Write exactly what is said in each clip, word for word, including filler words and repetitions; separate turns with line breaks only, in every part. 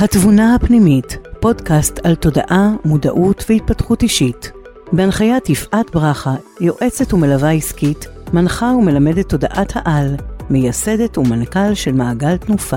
התבונה הפנימית, פודקאסט על תודעה, מודעות והתפתחות אישית. בהנחיית יפעת ברכה, יועצת ומלווה עסקית, מנחה ומלמדת תודעת העל, מייסדת ומנכ"ל של מעגל תנופה.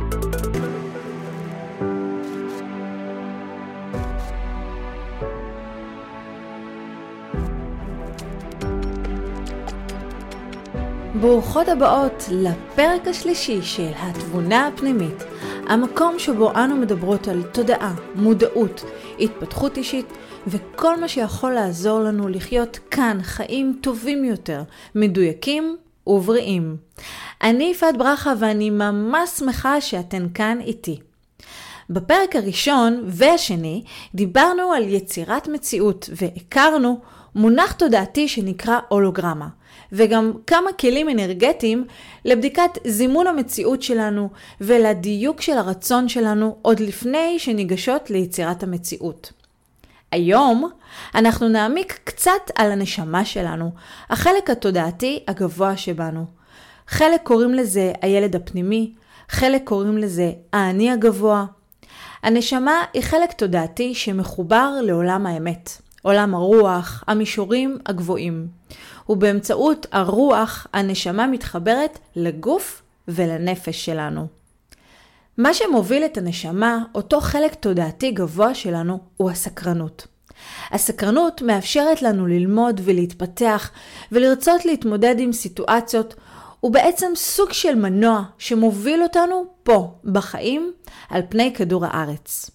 ברוכות הבאות לפרק השלישי של התבונה הפנימית, המקום שבו אנו מדברות על תודעה, מודעות, התפתחות אישית וכל מה שיכול לעזור לנו לחיות כאן חיים טובים יותר, מדויקים ובריאים. אני יפעת ברכה ואני ממש שמחה שאתן כאן איתי. בפרק הראשון והשני דיברנו על יצירת מציאות והכרנו מונח תודעתי שנקרא הולוגרמה. וגם כמה כלים אנרגטיים לבדיקת זימון המציאות שלנו ולדיוק של הרצון שלנו עוד לפני שניגשות ליצירת המציאות. היום אנחנו נעמיק קצת על הנשמה שלנו, החלק התודעתי הגבוה שבנו. חלק קוראים לזה הילד הפנימי, חלק קוראים לזה האני הגבוה. הנשמה היא חלק תודעתי שמחובר לעולם האמת, עולם הרוח, המישורים הגבוהים. ובאמצעות הרוח הנשמה מתחברת לגוף ולנפש שלנו. מה שמוביל את הנשמה, אותו חלק תודעתי גבוה שלנו, הוא הסקרנות. הסקרנות מאפשרת לנו ללמוד ולהתפתח ולרצות להתמודד עם סיטואציות, הוא בעצם סוג של מנוע שמוביל אותנו פה בחיים על פני כדור הארץ.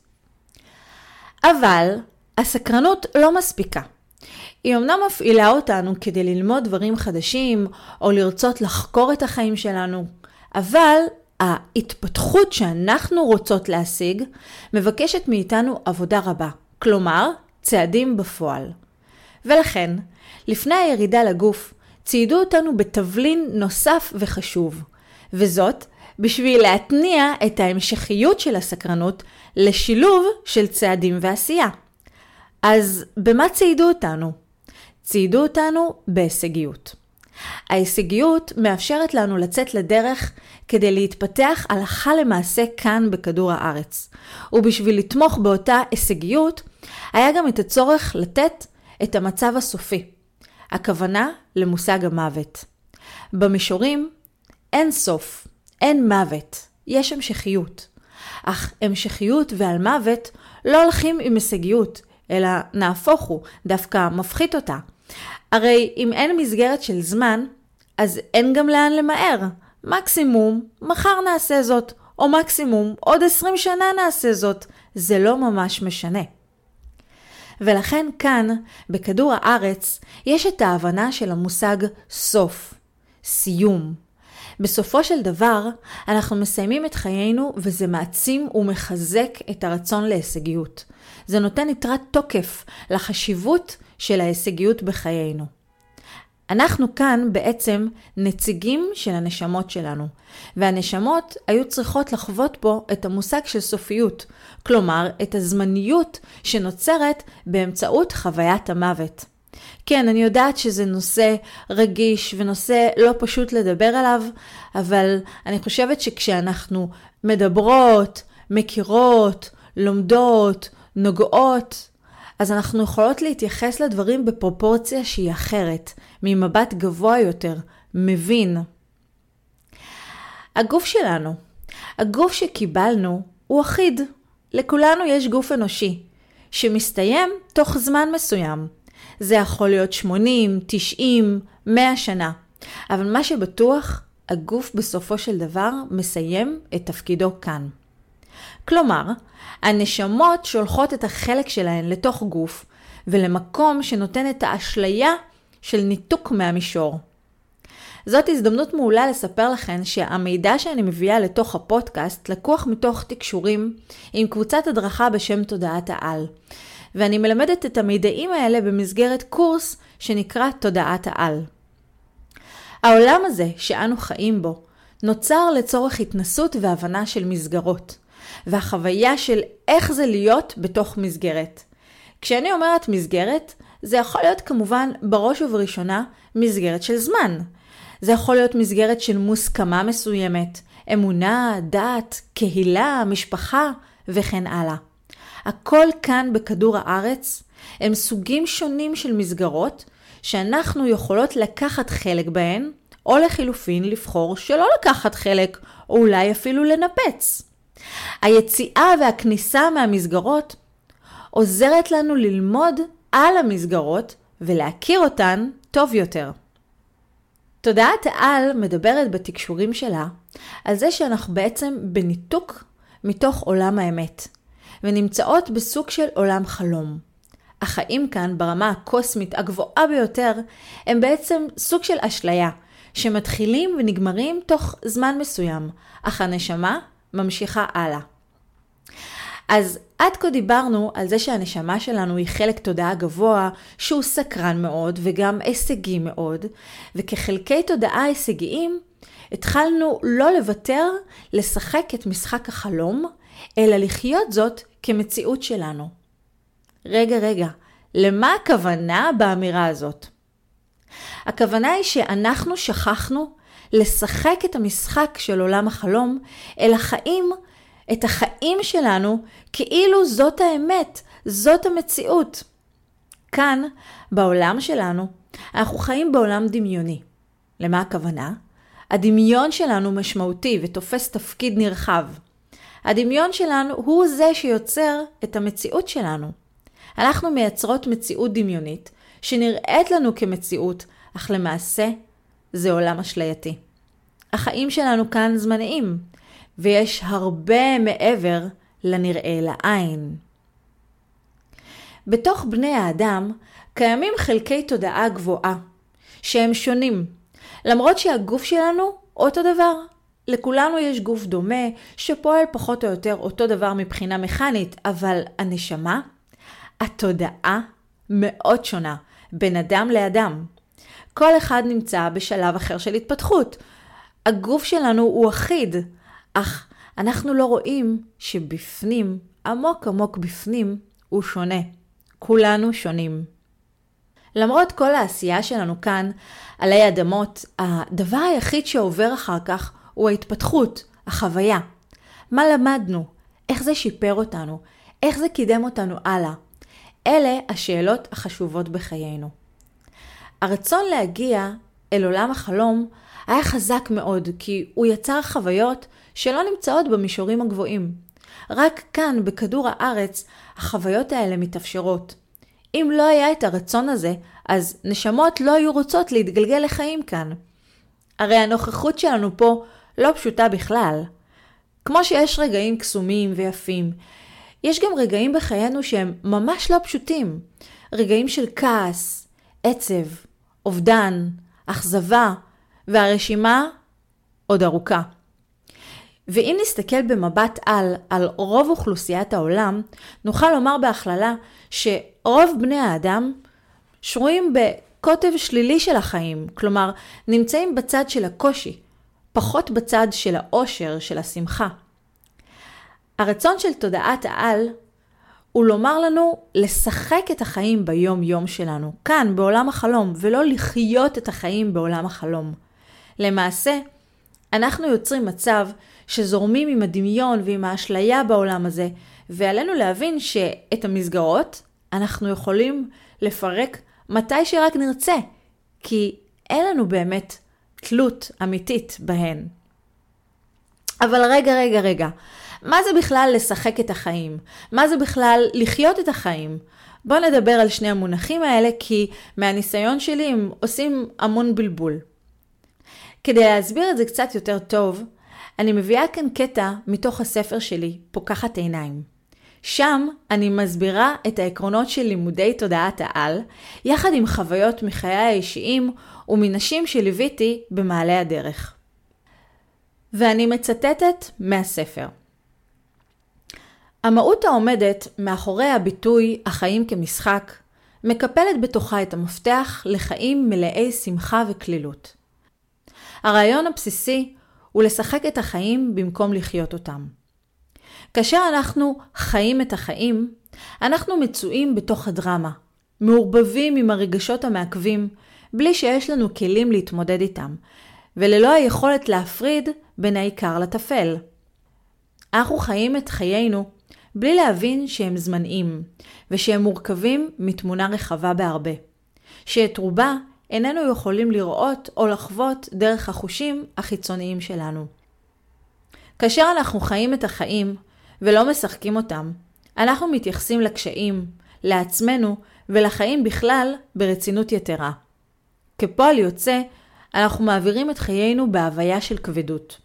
אבל הסקרנות לא מספיקה. היא אמנם מפעילה אותנו כדי ללמוד דברים חדשים או לרצות לחקור את החיים שלנו, אבל ההתפתחות שאנחנו רוצות להשיג מבקשת מאיתנו עבודה רבה, כלומר צעדים בפועל. ולכן, לפני הירידה לגוף, ציידו אותנו בתבלין נוסף וחשוב, וזאת בשביל להתניע את ההמשכיות של הסקרנות לשילוב של צעדים ועשייה. אז במה ציידו אותנו? ציידו אותנו בהישגיות. ההישגיות מאפשרת לנו לצאת לדרך כדי להתפתח הלכה למעשה כאן בכדור הארץ. ובשביל לתמוך באותה הישגיות, היה גם את הצורך לתת את המצב הסופי. הכוונה למושג המוות. במישורים אין סוף, אין מוות, יש המשכיות. אך המשכיות ועל מוות לא הולכים עם הישגיות, אלא נהפוך הוא, דווקא מפחית אותה. הרי אם אין מסגרת של זמן, אז אין גם לאן למהר. מקסימום, מחר נעשה זאת, או מקסימום, עוד עשרים שנה נעשה זאת. זה לא ממש משנה. ולכן כאן, בכדור הארץ, יש את ההבנה של המושג סוף, סיום. בסופו של דבר, אנחנו מסיימים את חיינו וזה מעצים ומחזק את הרצון להישגיות. זה נותן יתרת תוקף לחשיבות של ההישגיות בחיינו. אנחנו כאן בעצם נציגים של הנשמות שלנו, והנשמות היו צריכות לחוות פה את המושג של סופיות, כלומר את הזמניות שנוצרת באמצעות חוויית המוות. כן, אני יודעת שזה נושא רגיש ונושא לא פשוט לדבר עליו, אבל אני חושבת שכשאנחנו מדברות, מכירות, לומדות, נוגעות, אז אנחנו יכולות להתייחס לדברים בפרופורציה שהיא אחרת, ממבט גבוה יותר, מבין. הגוף שלנו, הגוף שקיבלנו הוא אחיד. לכולנו יש גוף אנושי, שמסתיים תוך זמן מסוים. זה יכול להיות שמונים, תשעים, מאה שנה. אבל מה שבטוח, הגוף בסופו של דבר מסיים את תפקידו כאן. כלומר, הנשמות שולחות את החלק שלהן לתוך גוף, ולמקום שנותן את האשליה של ניתוק מהמישור. זאת הזדמנות מעולה לספר לכן שהמידע שאני מביאה לתוך הפודקאסט לקוח מתוך תקשורים עם קבוצת הדרכה בשם תודעת העל. ואני מלמדת את המידעים האלה במסגרת קורס שנקרא תודעת העל. העולם הזה שאנו חיים בו נוצר לצורך התנסות והבנה של מסגרות, והחוויה של איך זה להיות בתוך מסגרת. כשאני אומרת מסגרת, זה יכול להיות כמובן בראש ובראשונה מסגרת של זמן. זה יכול להיות מסגרת של מוסכמה מסוימת, אמונה, דת, קהילה, משפחה וכן הלאה. הכל כאן בכדור הארץ הם סוגים שונים של מסגרות שאנחנו יכולות לקחת חלק בהן, או לחילופין לבחור שלא לקחת חלק, או אולי אפילו לנפץ. היציאה והכניסה מהמסגרות עוזרת לנו ללמוד על המסגרות ולהכיר אותן טוב יותר. תודעת העל מדברת בתקשורים שלה על זה שאנחנו בעצם בניתוק מתוך עולם האמת, ונמצאות בסוג של עולם חלום. החיים כאן ברמה הקוסמית הגבוהה ביותר הם בעצם סוג של אשליה, שמתחילים ונגמרים תוך זמן מסוים, אך הנשמה ממשיכה הלאה. אז עד כה דיברנו על זה שהנשמה שלנו היא חלק תודעה גבוה, שהוא סקרן מאוד וגם הישגי מאוד, וכחלקי תודעה הישגיים, התחלנו לא לוותר לשחק את משחק החלום, אלא לחיות זאת כמציאות שלנו. רגע, רגע, למה הכוונה באמירה הזאת? הכוונה היא שאנחנו שכחנו לשחק את המשחק של עולם החלום, אלא חיים את החיים שלנו כאילו זאת האמת, זאת המציאות. כאן, בעולם שלנו, אנחנו חיים בעולם דמיוני. למה הכוונה? הדמיון שלנו משמעותי ותופס תפקיד נרחב. הדמיון שלנו הוא זה שיוצר את המציאות שלנו. אנחנו מייצרות מציאות דמיונית שנראית לנו כמציאות, אך למעשה זה עולם אשלייתי. החיים שלנו כאן זמניים, ויש הרבה מעבר לנראה לעין. בתוך בני האדם קיימים חלקי תודעה גבוהה, שהם שונים, למרות שהגוף שלנו אותו דבר. לכולנו יש גוף דומה שפועל פחות או יותר אותו דבר מבחינה מכנית, אבל הנשמה, התודעה מאוד שונה בין אדם לאדם. כל אחד נמצא בשלב אחר של התפתחות. הגוף שלנו הוא אחיד, אך אנחנו לא רואים שבפנים, עמוק עמוק בפנים, הוא שונה. כולנו שונים. למרות כל העשייה שלנו כאן, עלי אדמות, הדבר היחיד שעובר אחר כך הוא ההתפתחות, החוויה. מה למדנו? איך זה שיפר אותנו? איך זה קידם אותנו הלאה? אלה השאלות החשובות בחיינו. הרצון להגיע אל עולם החלום היה חזק מאוד, כי הוא יצר חוויות שלא נמצאות במישורים הגבוהים. רק כאן, בכדור הארץ, החוויות האלה מתאפשרות. אם לא היה את הרצון הזה, אז נשמות לא היו רוצות להתגלגל לחיים כאן. הרי הנוכחות שלנו פה לא פשוטה בכלל. כמו שיש רגעים קסומים ויפים, יש גם רגעים בחיינו שהם ממש לא פשוטים. רגעים של כעס, עצב, אובדן, אכזבה, והרשימה עוד ארוכה. ואם נסתכל במבט על, על רוב אוכלוסיית העולם, נוכל לומר בהכללה שרוב בני האדם שרויים בקוטב שלילי של החיים, כלומר נמצאים בצד של הקושי, פחות בצד של האושר, של השמחה. הרצון של תודעת העל הוא לומר לנו לשחק את החיים ביום יום שלנו, כאן בעולם החלום, ולא לחיות את החיים בעולם החלום. למעשה, אנחנו יוצרים מצב שזורמים עם הדמיון ועם האשליה בעולם הזה, ועלינו להבין שאת המסגרות אנחנו יכולים לפרק מתי שרק נרצה, כי אין לנו באמת תלות אמיתית בהן. אבל רגע, רגע, רגע, מה זה בכלל לשחק את החיים? מה זה בכלל לחיות את החיים? בואו נדבר על שני המונחים האלה, כי מהניסיון שלי הם עושים המון בלבול. כדי להסביר את זה קצת יותר טוב, אני מביאה כאן קטע מתוך הספר שלי, פוקחת עיניים. שם אני מסבירה את העקרונות של לימודי תודעת העל, יחד עם חוויות מחיי האישיים ומנשים שליוויתי במעלה הדרך. ואני מצטטת מהספר. המהות העומדת מאחורי הביטוי החיים כמשחק, מקפלת בתוכה את המפתח לחיים מלאי שמחה וכלילות. הרעיון הבסיסי הוא לשחק את החיים במקום לחיות אותם. כאשר אנחנו חיים את החיים, אנחנו מצויים בתוך הדרמה, מעורבבים עם הרגשות המעכבים, בלי שיש לנו כלים להתמודד איתם, וללא היכולת להפריד בין העיקר לטפל. אנחנו חיים את חיינו בלי להבין שהם זמניים, ושהם מורכבים מתמונה רחבה בהרבה, שאת רובה איננו יכולים לראות או לחוות דרך החושים החיצוניים שלנו. כאשר אנחנו חיים את החיים ולא משחקים אותם, אנחנו מתייחסים לקשיים, לעצמנו ולחיים בכלל ברצינות יתרה. כפועל יוצא, אנחנו מעבירים את חיינו בהוויה של כבדות.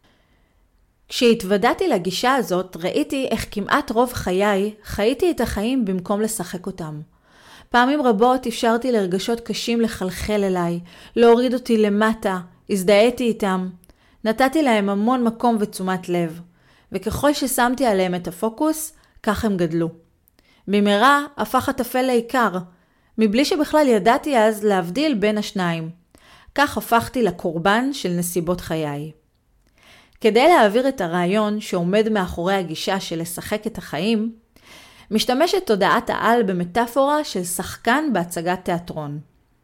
כשהתוודעתי לגישה הזאת, ראיתי איך כמעט רוב חיי חייתי את החיים במקום לשחק אותם. פעמים רבות אפשרתי לרגשות קשים לחלחל אליי, להוריד אותי למטה, הזדהיתי איתם. נתתי להם המון מקום ותשומת לב, וככל ששמתי עליהם את הפוקוס, כך הם גדלו. במהרה הפך הטפל לעיקר, מבלי שבכלל ידעתי אז להבדיל בין השניים. כך הפכתי לקורבן של נסיבות חיי. כדי להעביר את הרעיון שעומד מאחורי הגישה של לשחק את החיים, משתמשת תודעת העל במטאפורה של שחקן בהצגת תיאטרון.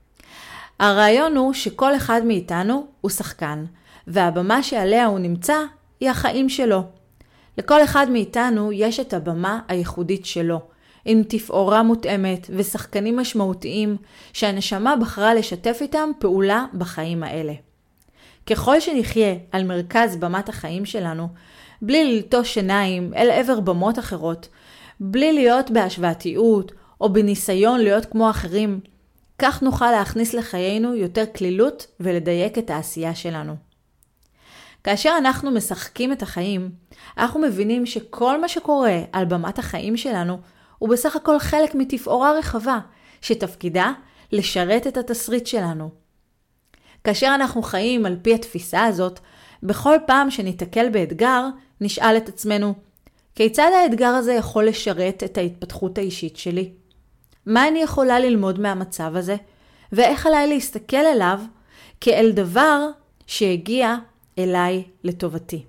הרעיון הוא שכל אחד מאיתנו הוא שחקן, והבמה שעליה הוא נמצא היא החיים שלו. לכל אחד מאיתנו יש את הבמה הייחודית שלו, עם תפאורה מותאמת ושחקנים משמעותיים שהנשמה בחרה לשתף איתם פעולה בחיים האלה. ככל שנחיה על מרכז במת החיים שלנו, בלי ללטוש עיניים אל עבר במות אחרות, בלי להיות בהשוואתיות או בניסיון להיות כמו אחרים, כך נוכל להכניס לחיינו יותר כלילות ולדייק את העשייה שלנו. כאשר אנחנו משחקים את החיים, אנחנו מבינים שכל מה שקורה על במת החיים שלנו הוא בסך הכל חלק מתפאורה רחבה, שתפקידה לשרת את התסריט שלנו. כאשר אנחנו חיים על פי התפיסה הזאת, בכל פעם שניתקל באתגר, נשאל את עצמנו, כיצד האתגר הזה יכול לשרת את ההתפתחות האישית שלי? מה אני יכולה ללמוד מהמצב הזה? ואיך עליי להסתכל אליו כאל דבר שהגיע אליי לטובתי?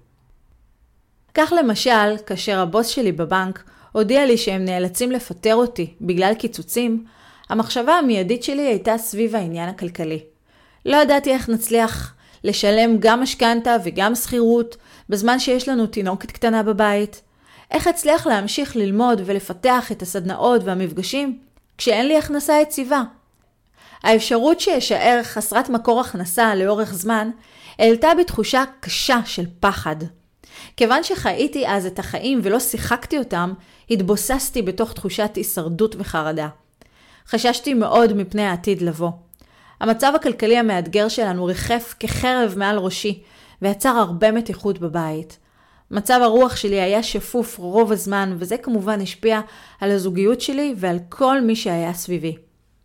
כך למשל, כאשר הבוס שלי בבנק הודיע לי שהם נאלצים לפטר אותי בגלל קיצוצים, המחשבה המיידית שלי הייתה סביב העניין הכלכלי. לא ידעתי איך נצליח לשלם גם משכנתה וגם שכירות בזמן שיש לנו תינוקת קטנה בבית. איך אצליח להמשיך ללמוד ולפתח את הסדנאות והמפגשים כשאין לי הכנסה יציבה. האפשרות שישאר חסרת מקור הכנסה לאורך זמן העלתה בתחושה קשה של פחד. כיוון שחייתי אז את החיים ולא שיחקתי אותם, התבוססתי בתוך תחושת הישרדות וחרדה. חששתי מאוד מפני העתיד לבוא. המצב הכלכלי המאתגר שלנו ריחף כחרב מעל ראשי, ויצר הרבה מתיחות בבית. מצב הרוח שלי היה שפוף רוב הזמן, וזה כמובן השפיע על הזוגיות שלי ועל כל מי שהיה סביבי.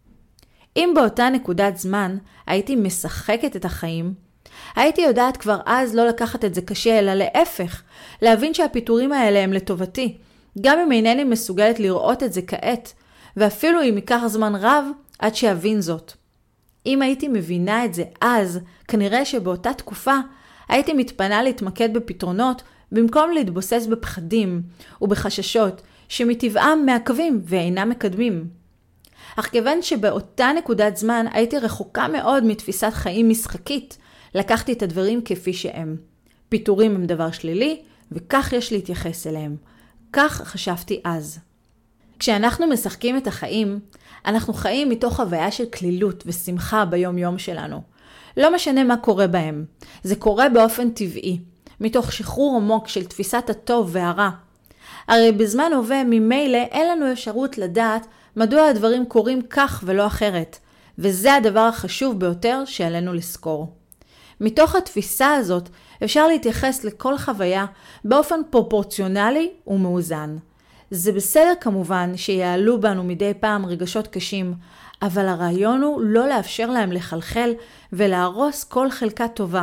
אם באותה נקודת זמן הייתי משחקת את החיים, הייתי יודעת כבר אז לא לקחת את זה קשה, אלא להפך, להבין שהפיתורים האלה הם לטובתי, גם אם אינני מסוגלת לראות את זה כעת, ואפילו אם ייקח זמן רב עד שאבין זאת. אם הייתי מבינה את זה אז, כנראה שבאותה תקופה הייתי מתפנה להתמקד בפתרונות, במקום להתבוסס בפחדים ובחששות שמטבעם מעכבים ואינם מקדמים. אך כיוון שבאותה נקודת זמן הייתי רחוקה מאוד מתפיסת חיים משחקית, לקחתי את הדברים כפי שהם. פיתורים הם דבר שלילי, וכך יש להתייחס אליהם. כך חשבתי אז. כשאנחנו משחקים את החיים, אנחנו חיים מתוך חוויה של כלילות ושמחה ביום יום שלנו. לא משנה מה קורה בהם. זה קורה באופן טבעי, מתוך שחרור עמוק של תפיסת הטוב והרע. הרי בזמן הווה ממילא אין לנו אפשרות לדעת מדוע הדברים קורים כך ולא אחרת, וזה הדבר החשוב ביותר שעלינו לזכור. מתוך התפיסה הזאת אפשר להתייחס לכל חוויה באופן פרופורציונלי ומאוזן. זה בסדר כמובן שיעלו בנו מדי פעם רגשות קשים, אבל הרעיון הוא לא לאפשר להם לחלחל ולהרוס כל חלקה טובה.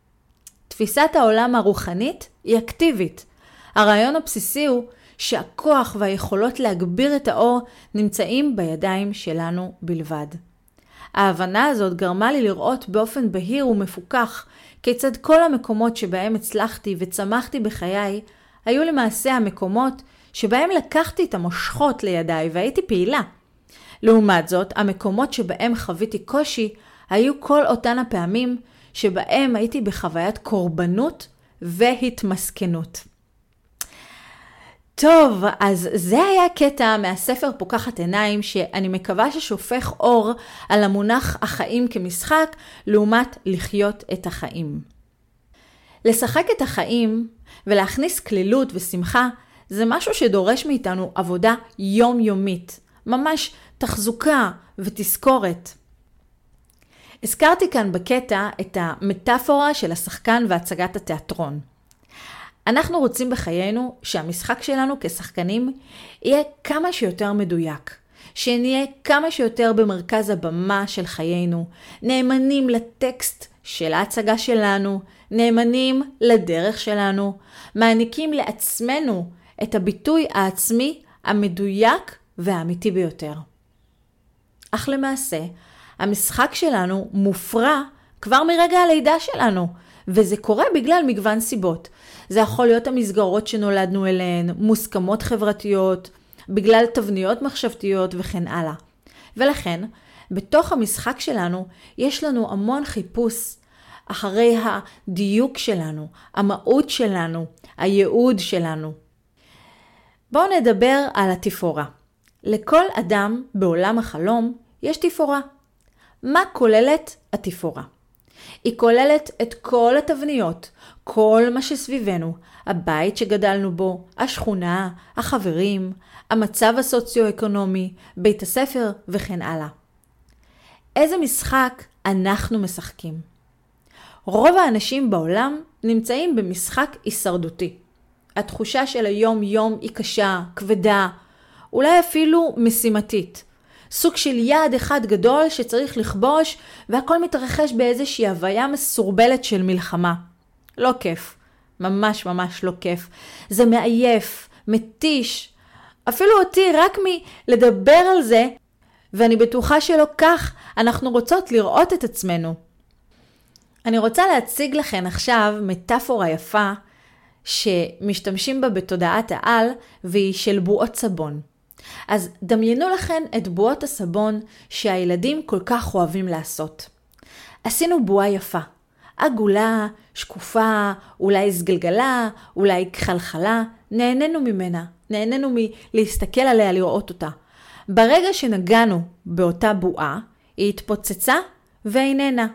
תפיסת העולם הרוחנית היא אקטיבית. הרעיון הבסיסי הוא שהכוח והיכולות להגביר את האור נמצאים בידיים שלנו בלבד. ההבנה הזאת גרמה לי לראות באופן בהיר ומפוקח כיצד כל המקומות שבהם הצלחתי וצמחתי בחיי היו למעשה המקומות שבהם לקחתי את המושכות לידיי והייתי פעילה. לעומת זאת, המקומות שבהם חוויתי קושי היו כל אותן הפעמים שבהם הייתי בחוויית קורבנות והתמסכנות. טוב, אז זה היה קטע מהספר פוקחת עיניים שאני מקווה ששופך אור על המונח החיים כמשחק לעומת לחיות את החיים. לשחק את החיים ולהכניס כלילות ושמחה זה משהו שדורש מאיתנו עבודה יומיומית, ממש תחזוקה ותזכורת. הזכרתי כאן בקטע את המטאפורה של השחקן והצגת התיאטרון. אנחנו רוצים בחיינו שהמשחק שלנו כשחקנים יהיה כמה שיותר מדויק, שנהיה כמה שיותר במרכז הבמה של חיינו, נאמנים לטקסט של ההצגה שלנו, נאמנים לדרך שלנו, מעניקים לעצמנו את הביטוי העצמי המדויק והאמיתי ביותר. אך למעשה, המשחק שלנו מופרע כבר מרגע הלידה שלנו, וזה קורה בגלל מגוון סיבות. זה יכול להיות המסגרות שנולדנו אליהן, מוסכמות חברתיות, בגלל תבניות מחשבתיות וכן הלאה. ולכן, בתוך המשחק שלנו, יש לנו המון חיפוש אחרי הדיוק שלנו, המהות שלנו, הייעוד שלנו. בואו נדבר על התפאורה. לכל אדם בעולם החלום יש תפאורה. מה כוללת התפאורה? היא כוללת את כל התבניות, כל מה שסביבנו, הבית שגדלנו בו, השכונה, החברים, המצב הסוציו-אקונומי, בית הספר וכן הלאה. איזה משחק אנחנו משחקים? רוב האנשים בעולם נמצאים במשחק הישרדותי. התחושה של היום יום היא קשה, כבדה, אולי אפילו משימתית. סוג של יעד אחד גדול שצריך לכבוש, והכל מתרחש באיזושהי הוויה מסורבלת של מלחמה. לא כיף. ממש ממש לא כיף. זה מעייף, מתיש. אפילו אותי רק מלדבר על זה, ואני בטוחה שלא כך אנחנו רוצות לראות את עצמנו. אני רוצה להציג לכם עכשיו מטאפורה יפה שמשתמשים בה בתודעת העל, והיא של בועות סבון. אז דמיינו לכם את בועות הסבון שהילדים כל כך אוהבים לעשות. עשינו בועה יפה, עגולה, שקופה, אולי סגלגלה, אולי כחלחלה, נהנינו ממנה, נהנינו מלהסתכל עליה, לראות אותה. ברגע שנגענו באותה בועה, היא התפוצצה ואיננה.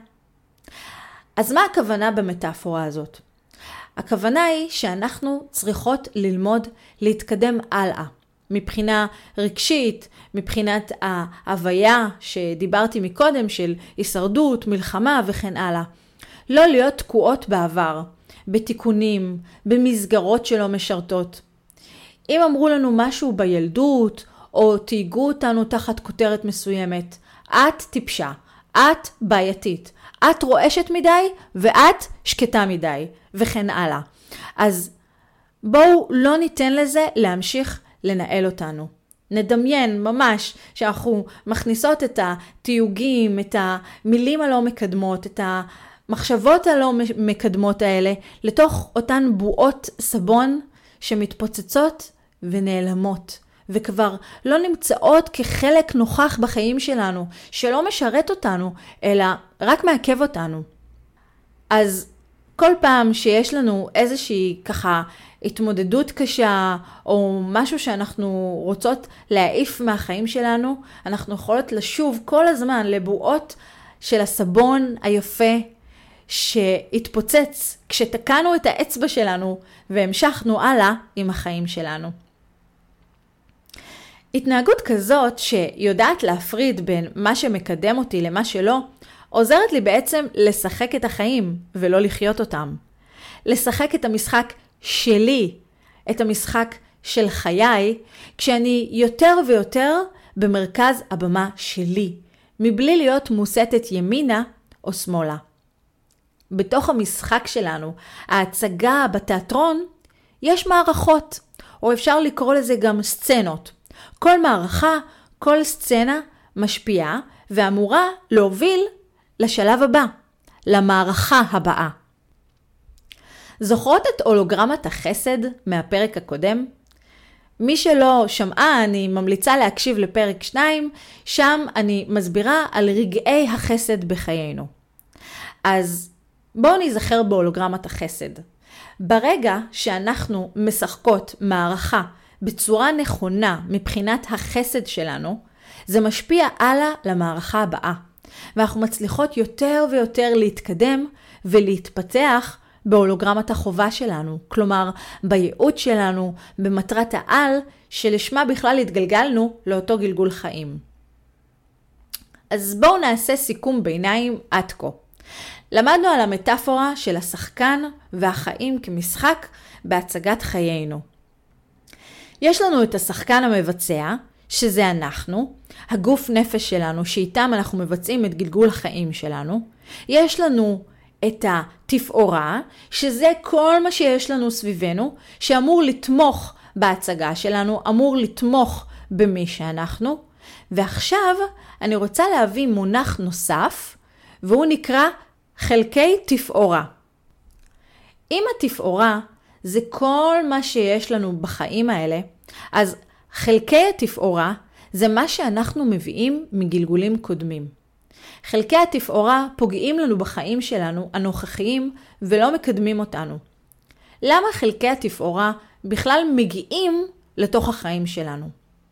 אז מה הכוונה במטאפורה הזאת? הכוונה היא שאנחנו צריכות ללמוד להתקדם הלאה. מבחינה רגשית, מבחינת ההוויה שדיברתי מקודם של הישרדות, מלחמה וכן הלאה. לא להיות תקועות בעבר, בתיקונים, במסגרות שלא משרתות. אם אמרו לנו משהו בילדות, או תיגעו אותנו תחת כותרת מסוימת, את טיפשה, את בעייתית, את רועשת מדי ואת שקטה מדי, וכן הלאה. אז בואו לא ניתן לזה להמשיך לנהל אותנו. נדמיין ממש שאנחנו מכניסות את התיוגים, את המילים הלא מקדמות, את המחשבות הלא מקדמות האלה, לתוך אותן בועות סבון שמתפוצצות ונעלמות, וכבר לא נמצאות כחלק נוכח בחיים שלנו, שלא משרת אותנו, אלא רק מעכב אותנו. אז כל פעם שיש לנו איזושהי ככה התמודדות קשה, או משהו שאנחנו רוצות להעיף מהחיים שלנו, אנחנו יכולות לשוב כל הזמן לבועות של הסבון היפה שהתפוצץ כשתקענו את האצבע שלנו והמשכנו הלאה עם החיים שלנו. התנהגות כזאת שיודעת להפריד בין מה שמקדם אותי למה שלא, עוזרת לי בעצם לשחק את החיים ולא לחיות אותם. לשחק את המשחק שלי, את המשחק של חיי, כשאני יותר ויותר במרכז הבמה שלי, מבלי להיות מוסתת ימינה או שמאלה. בתוך המשחק שלנו, ההצגה בתיאטרון, יש מערכות, או אפשר לקרוא לזה גם סצנות. כל מערכה, כל סצנה משפיעה ואמורה להוביל לשלב הבא, למערכה הבאה. זוכרות את הולוגרמת החסד מהפרק הקודם? מי שלא שמעה, אני ממליצה להקשיב לפרק שניים, שם אני מסבירה על רגעי החסד בחיינו. אז בואו נזכר בהולוגרמת החסד. ברגע שאנחנו משחקות מערכה בצורה נכונה מבחינת החסד שלנו, זה משפיע הלאה למערכה הבאה. ואנחנו מצליחות יותר ויותר להתקדם ולהתפתח בהולוגרמת החובה שלנו. כלומר, בייעוד שלנו, במטרת העל, שלשמה בכלל התגלגלנו לאותו גלגול חיים. אז בואו נעשה סיכום ביניים עד כה. למדנו על המטאפורה של השחקן והחיים כמשחק בהצגת חיינו. יש לנו את השחקן המבצע, שזה אנחנו, הגוף נפש שלנו, שאיתם אנחנו מבצעים את גלגול החיים שלנו. יש לנו את התפאורה, שזה כל מה שיש לנו סביבנו, שאמור לתמוך בהצגה שלנו, אמור לתמוך במי שאנחנו. ועכשיו אני רוצה להביא מונח נוסף, והוא נקרא חלקי תפאורה. אם התפאורה זה כל מה שיש לנו בחיים האלה, אז חלקי התפאורה זה מה שאנחנו מביאים מגלגולים קודמים. חלקי התפאורה פוגעים לנו בחיים שלנו הנוכחיים ולא מקדמים אותנו. למה חלקי התפאורה בכלל מגיעים לתוך החיים שלנו?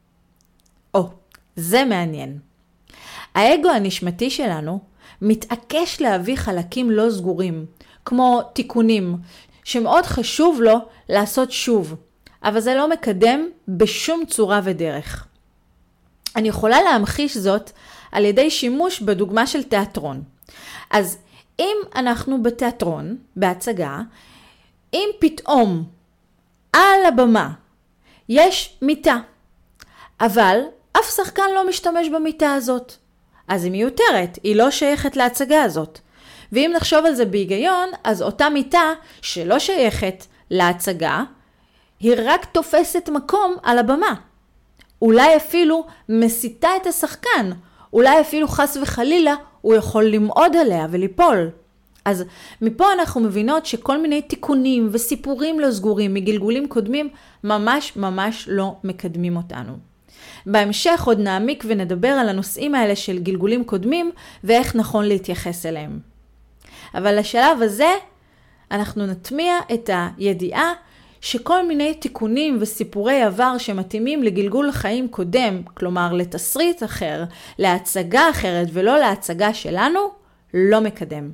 או, זה מעניין. האגו הנשמתי שלנו מתעקש להביא חלקים לא סגורים, כמו תיקונים, שמאוד חשוב לו לעשות שוב, אבל זה לא מקדם בשום צורה ודרך. אני יכולה להמחיש זאת על ידי שימוש בדוגמה של תיאטרון. אז אם אנחנו בתיאטרון, בהצגה, אם פתאום על הבמה יש מיטה, אבל אף שחקן לא משתמש במיטה הזאת, אז היא מיותרת, היא לא שייכת להצגה הזאת. ואם נחשוב על זה בהיגיון, אז אותה מיטה שלא שייכת להצגה, היא רק תופסת מקום על הבמה. אולי אפילו מסיתה את השחקן, אולי אפילו חס וחלילה הוא יכול למעוד עליה וליפול. אז מפה אנחנו מבינות שכל מיני תיקונים וסיפורים לא סגורים מגלגולים קודמים ממש ממש לא מקדמים אותנו. בהמשך עוד נעמיק ונדבר על הנושאים האלה של גלגולים קודמים ואיך נכון להתייחס אליהם. אבל לשלב הזה אנחנו נטמיע את הידיעה שכל מיני תיקונים וסיפורי עבר שמתאימים לגלגול חיים קודם, כלומר לתסריט אחר, להצגה אחרת ולא להצגה שלנו, לא מקדם.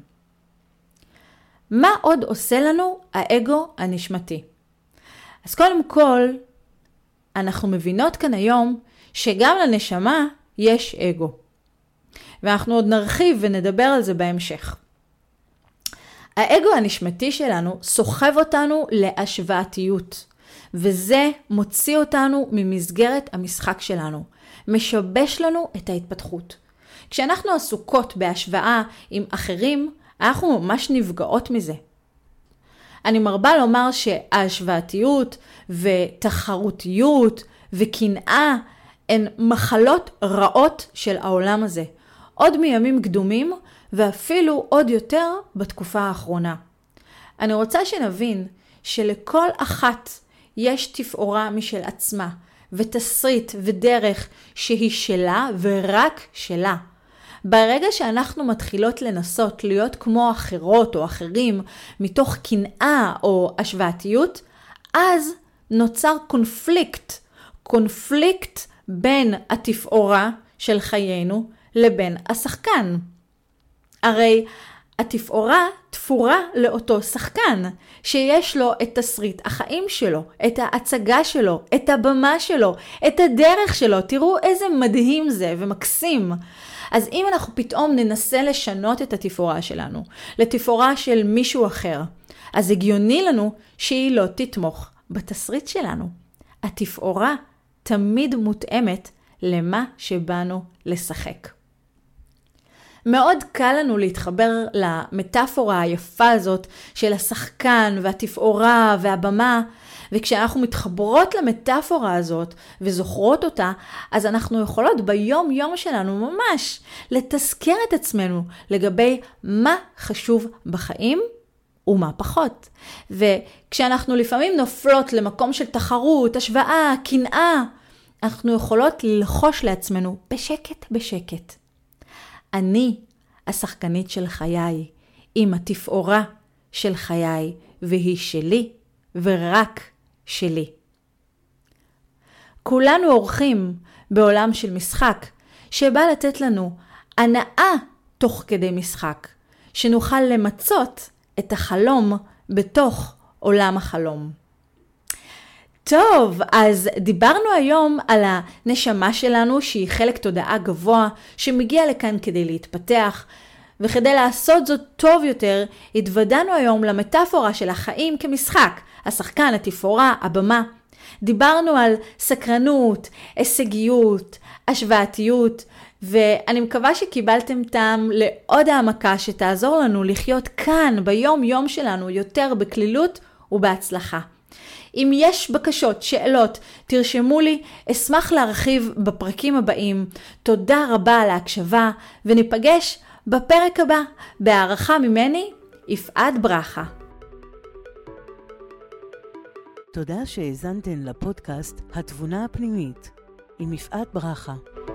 מה עוד עושה לנו האגו הנשמתי? אז קודם כל, אנחנו מבינות כאן היום שגם לנשמה יש אגו. ואנחנו עוד נרחיב ונדבר על זה בהמשך. האגו הנשמתי שלנו סוחב אותנו להשוואתיות, וזה מוציא אותנו ממסגרת המשחק שלנו, משבש לנו את ההתפתחות. כשאנחנו עסוקות בהשוואה עם אחרים, אנחנו ממש נפגעות מזה. אני מרבה לומר שההשוואתיות ותחרותיות וקנאה הן מחלות רעות של העולם הזה, עוד מימים קדומים ואפילו עוד יותר בתקופה האחרונה. אני רוצה שנבין שלכל אחת יש תפאורה משל עצמה, ותסריט ודרך שהיא שלה ורק שלה. ברגע שאנחנו מתחילות לנסות להיות כמו אחרות או אחרים מתוך קנאה או השוואתיות, אז נוצר קונפליקט, קונפליקט בין התפאורה של חיינו לבין השחקן. הרי התפאורה תפורה לאותו שחקן, שיש לו את תסריט החיים שלו, את ההצגה שלו, את הבמה שלו, את הדרך שלו. תראו איזה מדהים זה ומקסים. אז אם אנחנו פתאום ננסה לשנות את התפאורה שלנו, לתפאורה של מישהו אחר, אז הגיוני לנו שהיא לא תתמוך בתסריט שלנו. התפאורה תמיד מותאמת למה שבאנו לשחק. מאוד קל לנו להתחבר למטאפורה היפה הזאת של השחקן והתפאורה והבמה, וכשאנחנו מתחברות למטאפורה הזאת וזוכרות אותה, אז אנחנו יכולות ביום יום שלנו ממש לתזכר את עצמנו לגבי מה חשוב בחיים ומה פחות. וכשאנחנו לפעמים נופלות למקום של תחרות, השוואה, קנאה, אנחנו יכולות ללחוש לעצמנו בשקט בשקט. אני השחקנית של חיי, עם התפאורה של חיי, והיא שלי ורק שלי. כולנו אורחים בעולם של משחק, שבא לתת לנו הנאה תוך כדי משחק, שנוכל למצות את החלום בתוך עולם החלום. טוב, אז דיברנו היום על הנשמה שלנו שהיא חלק תודעה גבוה שמגיע לכאן כדי להתפתח, וכדי לעשות זאת טוב יותר התוודענו היום למטאפורה של החיים כמשחק, השחקן, התפאורה, הבמה. דיברנו על סקרנות, הישגיות, השוואתיות, ואני מקווה שקיבלתם טעם לעוד העמקה שתעזור לנו לחיות כאן ביום יום שלנו יותר בכלילות ובהצלחה. אם יש בקשות, שאלות, תרשמו לי, אשמח להרחיב בפרקים הבאים. תודה רבה על ההקשבה, וניפגש בפרק הבא. בהערכה ממני, יפעת ברכה.
תודה שהאזנתן לפודקאסט התבונה הפנימית עם יפעת ברכה.